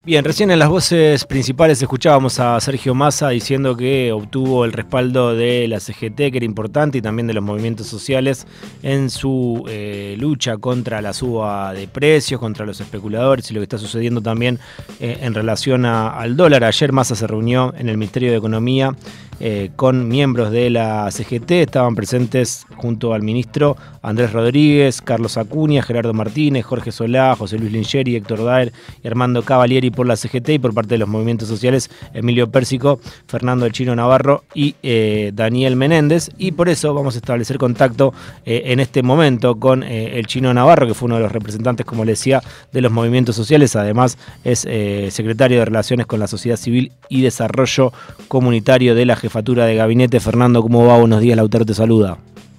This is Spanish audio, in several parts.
Bien, recién en las voces principales escuchábamos a Sergio Massa diciendo que obtuvo el respaldo de la CGT, que era importante, y también de los movimientos sociales en su lucha contra la suba de precios, contra los especuladores y lo que está sucediendo también en relación al dólar. Ayer Massa se reunió en el Ministerio de Economía con miembros de la CGT. Estaban presentes junto al ministro Andrés Rodríguez, Carlos Acuña, Gerardo Martínez, Jorge Solá, José Luis Lingeri, Héctor Daer y Armando Cavalieri por la CGT, y por parte de los movimientos sociales Emilio Pérsico, Fernando El Chino Navarro y Daniel Menéndez. Y por eso vamos a establecer contacto en este momento con El Chino Navarro, que fue uno de los representantes, como le decía, de los movimientos sociales. Además es secretario de Relaciones con la Sociedad Civil y Desarrollo Comunitario de la Jefatura de Gabinete. Fernando, ¿cómo va? Buenos días, Lautaro te saluda.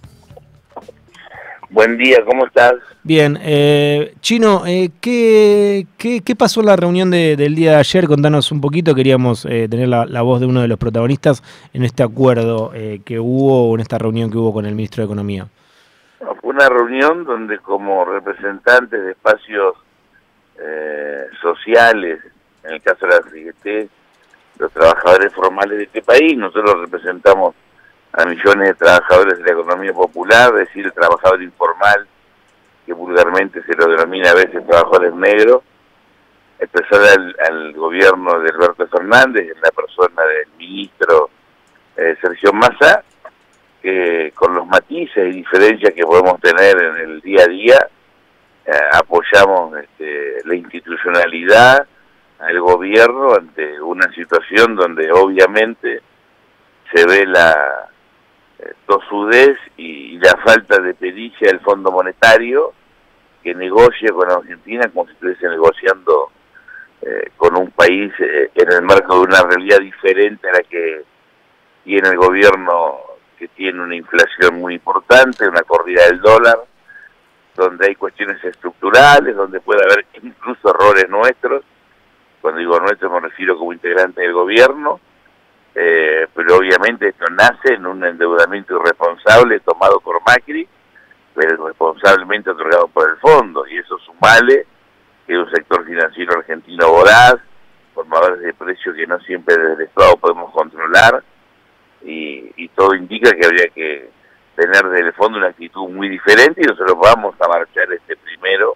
Buen día, ¿cómo estás? Bien, Chino, ¿qué pasó en la reunión del día de ayer? Contanos un poquito, queríamos tener la voz de uno de los protagonistas en este acuerdo que hubo, en esta reunión que hubo con el ministro de Economía. Fue una reunión donde, como representantes de espacios sociales, en el caso de la CGT, los trabajadores formales de este país, nosotros representamos a millones de trabajadores de la economía popular, es decir, el trabajador informal, que vulgarmente se lo denomina a veces trabajadores negros, expresar al gobierno de Alberto Fernández, en la persona del ministro Sergio Massa, que con los matices y diferencias que podemos tener en el día a día, apoyamos la institucionalidad al gobierno ante una situación donde obviamente se ve la tosudez y la falta de pericia del Fondo Monetario, que negocia con Argentina como si estuviese negociando con un país en el marco de una realidad diferente a la que tiene el gobierno, que tiene una inflación muy importante, una corrida del dólar, donde hay cuestiones estructurales, donde puede haber incluso errores nuestros. Cuando digo nuestros me refiero como integrante del gobierno, pero obviamente esto nace en un endeudamiento irresponsable tomado por Macri, pero responsablemente otorgado por el fondo, y eso sumale que es un sector financiero argentino voraz, formadores de precios que no siempre desde el Estado podemos controlar, y todo indica que habría que tener desde el fondo una actitud muy diferente, y nosotros vamos a marchar primero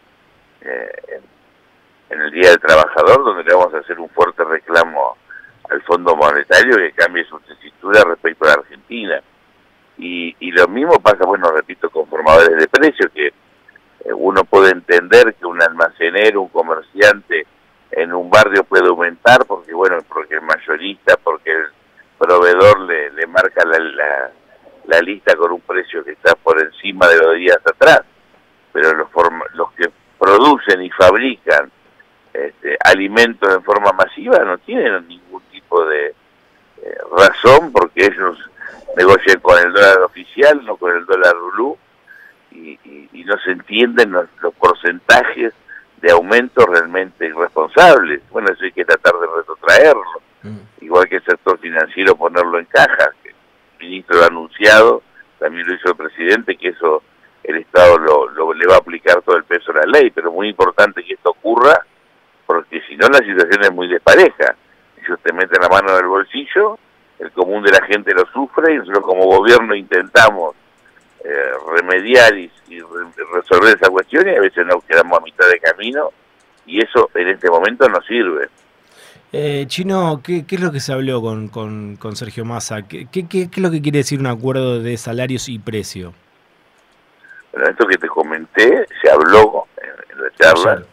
en el Día del Trabajador, donde le vamos a hacer un fuerte reclamo al Fondo Monetario que cambie su tesitura respecto a la Argentina. Y lo mismo pasa, bueno, repito, con formadores de precios, que uno puede entender que un almacenero, un comerciante en un barrio puede aumentar porque, bueno, porque el mayorista, porque el proveedor le marca la lista con un precio que está por encima de los días atrás, pero los que producen y fabrican alimentos en forma masiva no tienen ningún tipo de razón, porque ellos negocian con el dólar oficial, no con el dólar blue, y no se entienden los porcentajes de aumento realmente irresponsables. Bueno, eso hay que tratar de retrotraerlo, igual que el sector financiero ponerlo en caja, que el ministro lo ha anunciado, también lo hizo el presidente, que eso el Estado le va a aplicar todo el peso de la ley, pero es muy importante que esto ocurra, porque si no la situación es muy despareja. Ellos te meten la mano en el bolsillo, el común de la gente lo sufre, y nosotros como gobierno intentamos remediar y resolver esa cuestión, y a veces nos quedamos a mitad de camino, y eso en este momento no sirve. Chino, ¿qué es lo que se habló con Sergio Massa? ¿Qué es lo que quiere decir un acuerdo de salarios y precio? Bueno, esto que te comenté se habló en la charla. Ayer.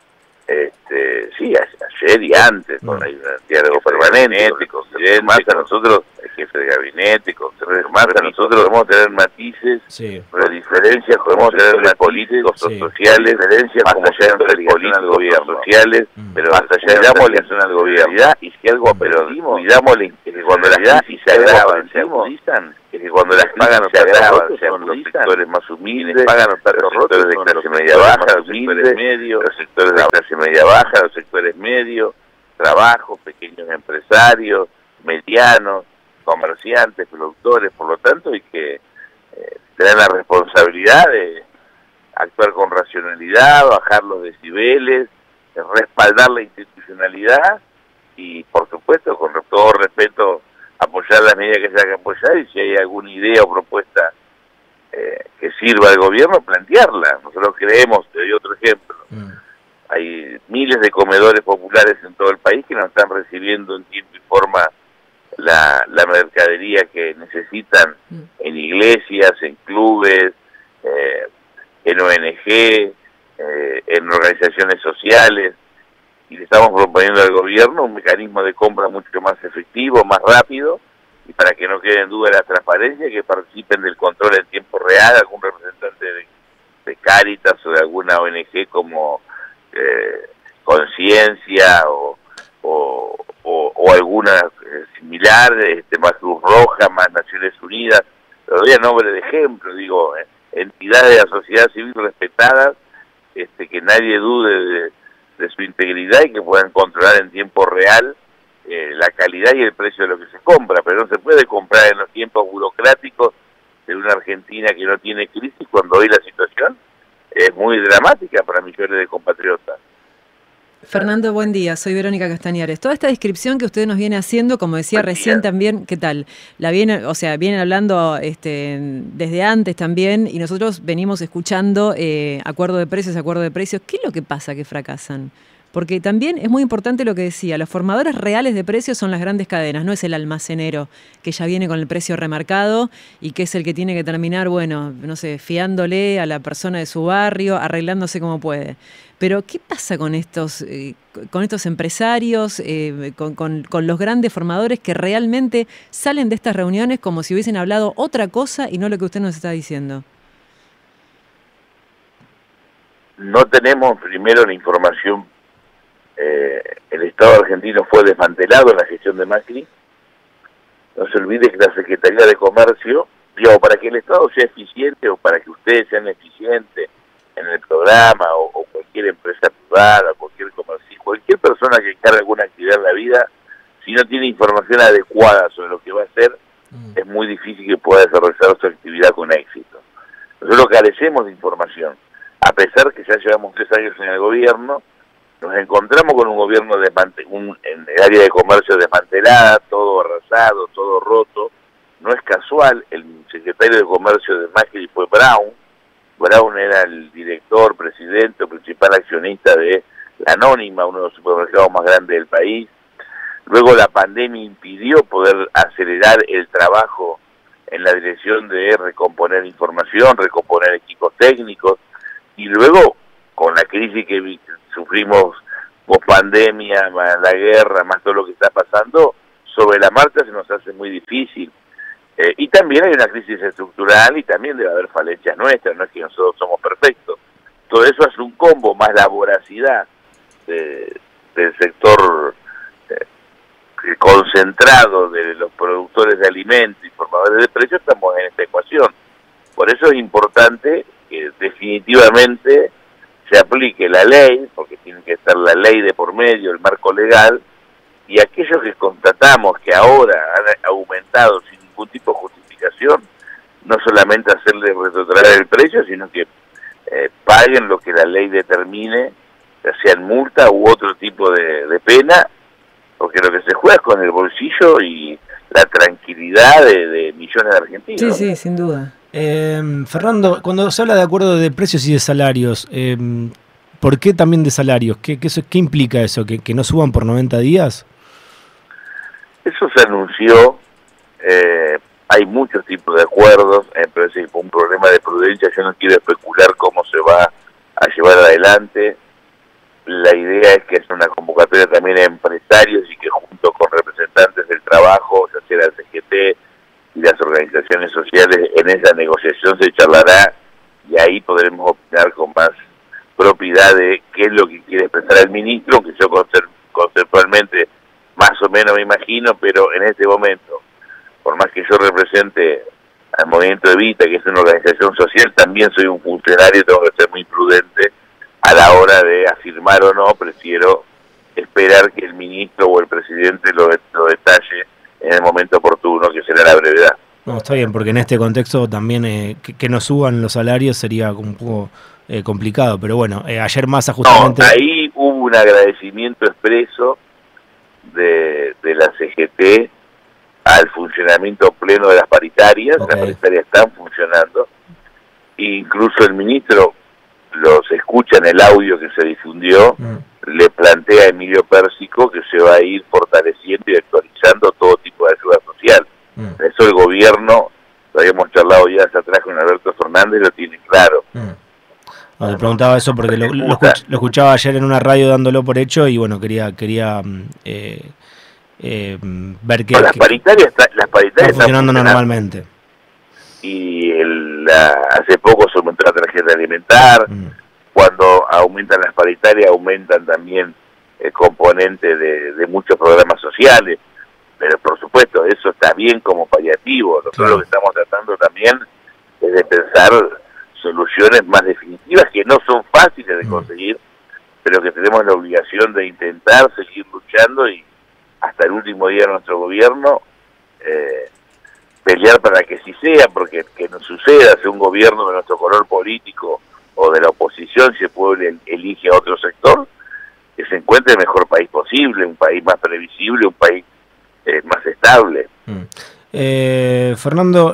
Sí, ayer y antes, con el diálogo permanente, con Sergio Massa, nosotros, el jefe de gabinete, con Sergio Massa, nosotros podemos tener matices, sí, pero diferencias podemos tener de políticos o sociales, diferencias como allá entre políticos gobierno sociales, pero más allá de la obligación al gobierno, y si algo cuidamos que cuando las crisis se agravan, se agudizan, que cuando las pagan se agravan, son los sectores más humildes, pagan los sectores de clase media baja, humildes, los sectores de clase media baja, los sectores medios, trabajos, pequeños empresarios, medianos, comerciantes, productores, por lo tanto hay que tener la responsabilidad de actuar con racionalidad, bajar los decibeles, respaldar la institucionalidad y, por supuesto, con todo respeto, apoyar las medidas que se hagan que apoyar, y si hay alguna idea o propuesta que sirva al gobierno, plantearla. Nosotros creemos, te doy otro ejemplo, hay miles de comedores populares en todo el país que no están recibiendo en tiempo y forma la mercadería que necesitan en iglesias, en clubes, en ONG, en organizaciones sociales, y le estamos proponiendo al gobierno un mecanismo de compra mucho más efectivo, más rápido, y para que no quede en duda la transparencia, que participen del control en tiempo real algún representante de Cáritas o de alguna ONG como Conciencia o alguna similar, más Cruz Roja, más Naciones Unidas. Lo doy a nombre de ejemplo, digo, entidades de la sociedad civil respetadas, que nadie dude de su integridad y que puedan controlar en tiempo real la calidad y el precio de lo que se compra, pero no se puede comprar en los tiempos burocráticos de una Argentina que no tiene crisis, cuando hoy la situación es muy dramática para millones de compatriotas. Fernando, buen día. Soy Verónica Castañares. Toda esta descripción que usted nos viene haciendo, como decía recién también, ¿qué tal? Vienen hablando desde antes también, y nosotros venimos escuchando acuerdo de precios. ¿Qué es lo que pasa que fracasan? Porque también es muy importante lo que decía, los formadores reales de precios son las grandes cadenas, no es el almacenero que ya viene con el precio remarcado y que es el que tiene que terminar, bueno, no sé, fiándole a la persona de su barrio, arreglándose como puede. Pero, ¿qué pasa con estos empresarios, con los grandes formadores que realmente salen de estas reuniones como si hubiesen hablado otra cosa y no lo que usted nos está diciendo? No tenemos primero la información. El Estado argentino fue desmantelado en la gestión de Macri. No se olvide que la Secretaría de Comercio, para que el Estado sea eficiente o para que ustedes sean eficientes en el programa o cualquier empresa privada, cualquier persona que encargue alguna actividad en la vida, si no tiene información adecuada sobre lo que va a hacer, es muy difícil que pueda desarrollar su actividad con éxito. Nosotros carecemos de información. A pesar que ya llevamos 3 años en el gobierno, nos encontramos con un gobierno en el área de comercio desmantelada, todo arrasado, todo roto. No es casual, el secretario de Comercio de Macri fue Brown. Brown era el director, presidente o principal accionista de La Anónima, uno de los supermercados más grandes del país. Luego la pandemia impidió poder acelerar el trabajo en la dirección de recomponer información, recomponer equipos técnicos, y luego con la crisis que sufrimos post pandemia, más la guerra, más todo lo que está pasando, sobre la marcha se nos hace muy difícil. Y también hay una crisis estructural y también debe haber falencias nuestras, no es que nosotros somos perfectos. Todo eso es un combo, más la voracidad del sector concentrado de los productores de alimentos y formadores de precios. Estamos en esta ecuación. Por eso es importante que definitivamente se aplique la ley, porque tiene que estar la ley de por medio, el marco legal, y aquellos que constatamos que ahora han aumentado sin ningún tipo de justificación, no solamente hacerle retrotraer el precio, sino que paguen lo que la ley determine, ya sea en multa u otro tipo de pena, porque lo que se juega es con el bolsillo y la tranquilidad de millones de argentinos. Sí, sí, sin duda. Fernando, cuando se habla de acuerdo de precios y de salarios, ¿por qué también de salarios? ¿Qué implica eso? ¿Que no suban por 90 días? Eso se anunció, hay muchos tipos de acuerdos, pero ese fue un problema de prudencia. Yo no quiero especular cómo se va a llevar adelante. La idea es que es una convocatoria también a empresarios y que junto con representantes del trabajo, ya sea la CGT y las organizaciones sociales, en esa negociación se charlará y ahí podremos opinar con más propiedad de qué es lo que quiere expresar el ministro, que yo conceptualmente más o menos me imagino, pero en este momento, por más que yo represente al Movimiento Evita, que es una organización social, también soy un funcionario y tengo que ser muy prudente a la hora de afirmar o no. Prefiero esperar que el ministro o el presidente lo detalle en el momento oportuno, que será la brevedad. No, está bien, porque en este contexto también que no suban los salarios sería un poco complicado, pero bueno, ayer Massa justamente... No, ahí sí hubo un agradecimiento expreso de la CGT al funcionamiento pleno de las paritarias. Okay. Las paritarias están funcionando, e incluso el ministro los escucha en el audio que se difundió, le plantea a Emilio Pérsico que se va a ir fortaleciendo y actualizando todo tipo de ayuda social. Eso el gobierno, lo habíamos charlado ya hace atrás con Alberto Fernández, lo tiene claro. No, te preguntaba eso porque lo escuchaba ayer en una radio dándolo por hecho y bueno, quería ver que, las paritarias están funcionando normalmente. Y hace poco se aumentó la tarjeta alimentar. Cuando aumentan las paritarias aumentan también el componente de muchos programas sociales, pero por supuesto eso está bien como paliativo. Nosotros lo que estamos tratando también es de pensar soluciones más definitivas que no son fáciles de conseguir, pero que tenemos la obligación de intentar seguir luchando y hasta el último día de nuestro gobierno pelear para que sí sea, porque que no suceda, si un gobierno de nuestro color político o de la oposición, si el pueblo elige a otro sector, que se encuentre el mejor país posible, un país más previsible, un país más estable. Fernando,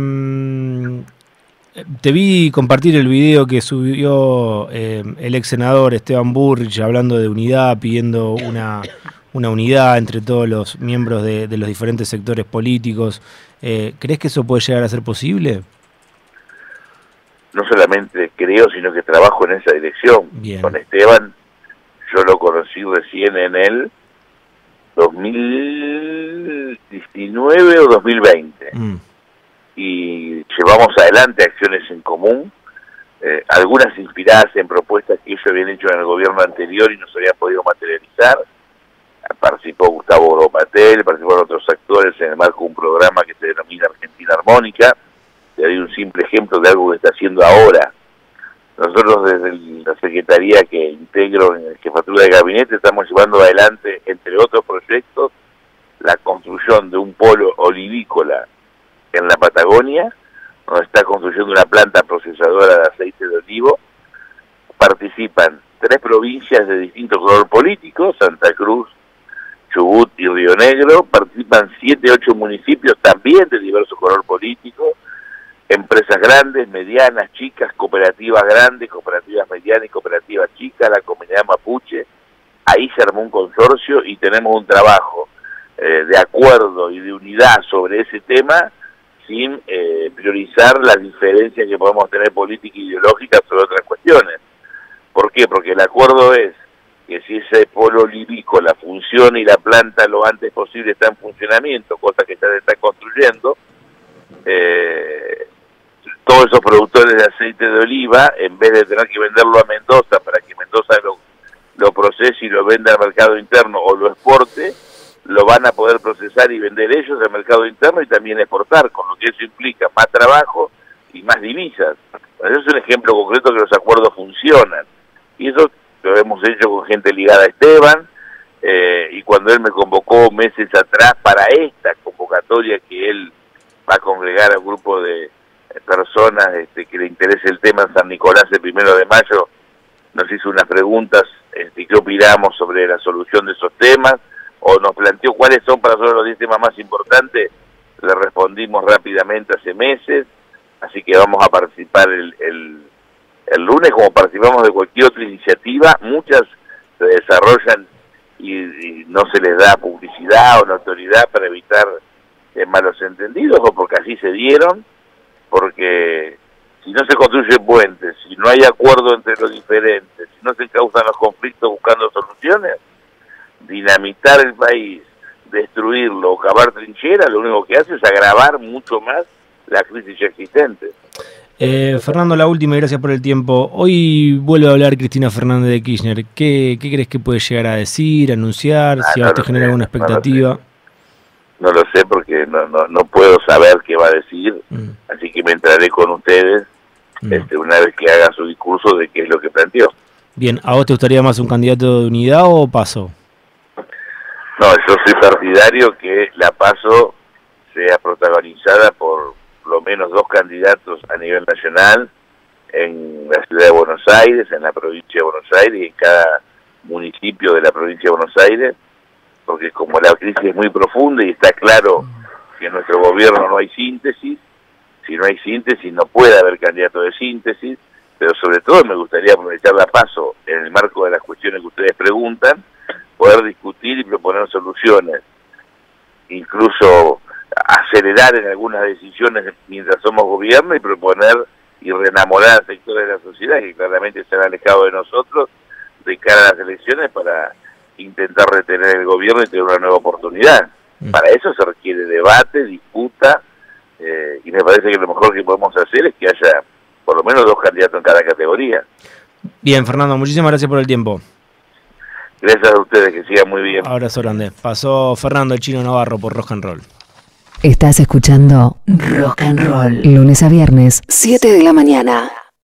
te vi compartir el video que subió el ex senador Esteban Burrich hablando de unidad, pidiendo una unidad entre todos los miembros de los diferentes sectores políticos. ¿Crees que eso puede llegar a ser posible? No solamente creo, sino que trabajo en esa dirección. Bien. Con Esteban, yo lo conocí recién en el 2019 o 2020. Y llevamos adelante acciones en común, algunas inspiradas en propuestas que ellos habían hecho en el gobierno anterior y no se habían podido materializar. Participó Gustavo Gropatel, participaron otros actores en el marco de un programa que se denomina Argentina Armónica. Te doy un simple ejemplo de algo que está haciendo ahora. Nosotros desde la Secretaría que integro en la Jefatura de Gabinete estamos llevando adelante, entre otros proyectos, la construcción de un polo olivícola en la Patagonia, donde está construyendo una planta procesadora de aceite de olivo. Participan 3 provincias de distinto color político, Santa Cruz, Chubut y Río Negro. Participan 7, 8 municipios también de diverso color político, empresas grandes, medianas, chicas, cooperativas grandes, cooperativas medianas y cooperativas chicas, la comunidad mapuche. Ahí se armó un consorcio y tenemos un trabajo de acuerdo y de unidad sobre ese tema, sin priorizar las diferencias que podemos tener políticas e ideológicas sobre otras cuestiones. ¿Por qué? Porque el acuerdo es que si ese polo olivícola funciona y la planta lo antes posible está en funcionamiento, cosa que ya se está construyendo, todos esos productores de aceite de oliva, en vez de tener que venderlo a Mendoza para que Mendoza lo procese y lo venda al mercado interno o lo exporte, lo van a poder procesar y vender ellos al mercado interno y también exportar, con lo que eso implica más trabajo y más divisas. Eso es un ejemplo concreto que los acuerdos funcionan. Y eso lo hemos hecho con gente ligada a Esteban, y cuando él me convocó meses atrás para esta convocatoria que él va a congregar a un grupo de personas que le interese el tema en San Nicolás el 1 de mayo, nos hizo unas preguntas qué opinamos sobre la solución de esos temas, o nos planteó cuáles son para nosotros los 10 temas más importantes. Le respondimos rápidamente hace meses, así que vamos a participar el lunes, como participamos de cualquier otra iniciativa. Muchas se desarrollan y no se les da publicidad o notoriedad para evitar malos entendidos, o porque así se dieron, porque si no se construyen puentes, si no hay acuerdo entre los diferentes, si no se causan los conflictos buscando soluciones, dinamitar el país, destruirlo o cavar trincheras, lo único que hace es agravar mucho más la crisis ya existente. Fernando, la última, y gracias por el tiempo. Hoy vuelve a hablar Cristina Fernández de Kirchner. ¿Qué crees que puede llegar a decir, anunciar? Si a usted genera alguna expectativa. No lo sé porque no puedo saber qué va a decir, así que me entraré con ustedes una vez que haga su discurso de qué es lo que planteó. Bien, ¿a vos te gustaría más un candidato de unidad o PASO? No, yo soy partidario que la PASO sea protagonizada por lo menos 2 candidatos a nivel nacional, en la ciudad de Buenos Aires, en la provincia de Buenos Aires y en cada municipios de la provincia de Buenos Aires, porque como la crisis es muy profunda y está claro que en nuestro gobierno no hay síntesis, si no hay síntesis no puede haber candidato de síntesis, pero sobre todo me gustaría aprovechar la paso en el marco de las cuestiones que ustedes preguntan, poder discutir y proponer soluciones, incluso acelerar en algunas decisiones mientras somos gobierno y proponer y reenamorar a sectores de la sociedad que claramente se han alejado de nosotros de cara a las elecciones para intentar retener el gobierno y tener una nueva oportunidad. Para eso se requiere debate, disputa, y me parece que lo mejor que podemos hacer es que haya por lo menos 2 candidatos en cada categoría. Bien, Fernando, muchísimas gracias por el tiempo. Gracias a ustedes, que sigan muy bien. Abrazo grande. Pasó Fernando el Chino Navarro por Rock and Roll. Estás escuchando Rock and Roll, lunes a viernes, 7 de la mañana.